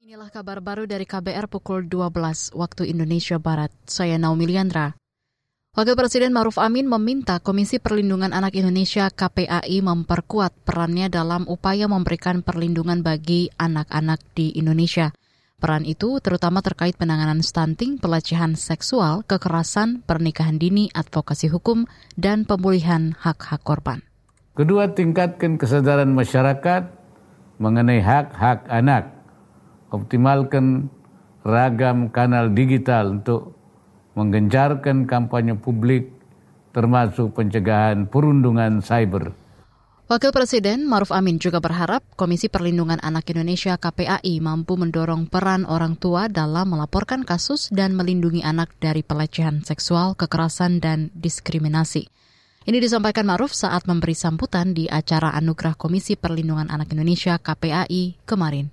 Inilah kabar baru dari KBR pukul 12 waktu Indonesia Barat. Saya Naomi Liandra. Wakil Presiden Maruf Amin meminta Komisi Perlindungan Anak Indonesia KPAI memperkuat perannya dalam upaya memberikan perlindungan bagi anak-anak di Indonesia. Peran itu terutama terkait penanganan stunting, pelecehan seksual, kekerasan, pernikahan dini, advokasi hukum, dan pemulihan hak-hak korban. Kedua, tingkatkan kesadaran masyarakat mengenai hak-hak anak. Optimalkan ragam kanal digital untuk menggencarkan kampanye publik termasuk pencegahan perundungan cyber. Wakil Presiden Maruf Amin juga berharap Komisi Perlindungan Anak Indonesia KPAI mampu mendorong peran orang tua dalam melaporkan kasus dan melindungi anak dari pelecehan seksual, kekerasan, dan diskriminasi. Ini disampaikan Maruf saat memberi sambutan di acara Anugerah Komisi Perlindungan Anak Indonesia KPAI kemarin.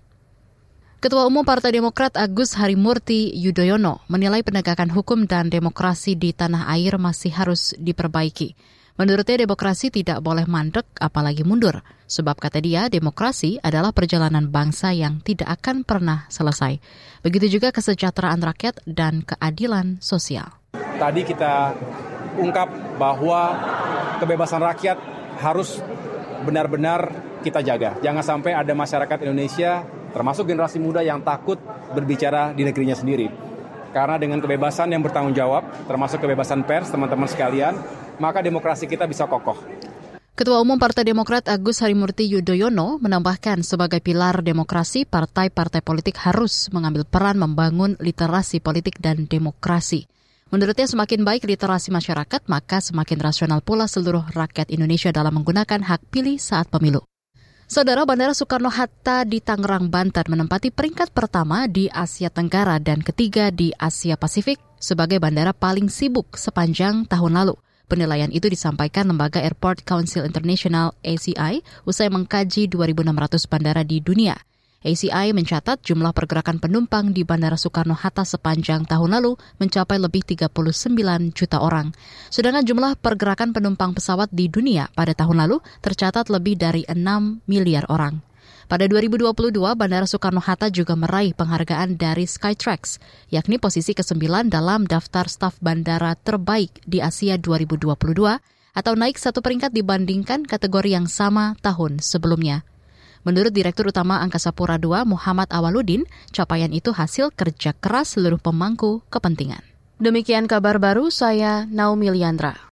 Ketua Umum Partai Demokrat Agus Harimurti Yudhoyono menilai penegakan hukum dan demokrasi di tanah air masih harus diperbaiki. Menurutnya demokrasi tidak boleh mandek apalagi mundur, sebab kata dia demokrasi adalah perjalanan bangsa yang tidak akan pernah selesai. Begitu juga kesejahteraan rakyat dan keadilan sosial. Tadi kita ungkap bahwa kebebasan rakyat harus benar-benar kita jaga. Jangan sampai ada masyarakat Indonesia termasuk generasi muda yang takut berbicara di negerinya sendiri. Karena dengan kebebasan yang bertanggung jawab, termasuk kebebasan pers, teman-teman sekalian, maka demokrasi kita bisa kokoh. Ketua Umum Partai Demokrat Agus Harimurti Yudhoyono menambahkan sebagai pilar demokrasi, partai-partai politik harus mengambil peran membangun literasi politik dan demokrasi. Menurutnya semakin baik literasi masyarakat, maka semakin rasional pula seluruh rakyat Indonesia dalam menggunakan hak pilih saat pemilu. Saudara, Bandara Soekarno-Hatta di Tangerang, Banten menempati peringkat pertama di Asia Tenggara dan ketiga di Asia Pasifik sebagai bandara paling sibuk sepanjang tahun lalu. Penilaian itu disampaikan Lembaga Airport Council International ACI usai mengkaji 2.600 bandara di dunia. ACI mencatat jumlah pergerakan penumpang di Bandara Soekarno-Hatta sepanjang tahun lalu mencapai lebih 39 juta orang. Sedangkan jumlah pergerakan penumpang pesawat di dunia pada tahun lalu tercatat lebih dari 6 miliar orang. Pada 2022, Bandara Soekarno-Hatta juga meraih penghargaan dari Skytrax, yakni posisi ke-9 dalam daftar staf bandara terbaik di Asia 2022 atau naik satu peringkat dibandingkan kategori yang sama tahun sebelumnya. Menurut Direktur Utama Angkasa Pura II Muhammad Awaludin, capaian itu hasil kerja keras seluruh pemangku kepentingan. Demikian kabar baru, saya Naomi Liandra.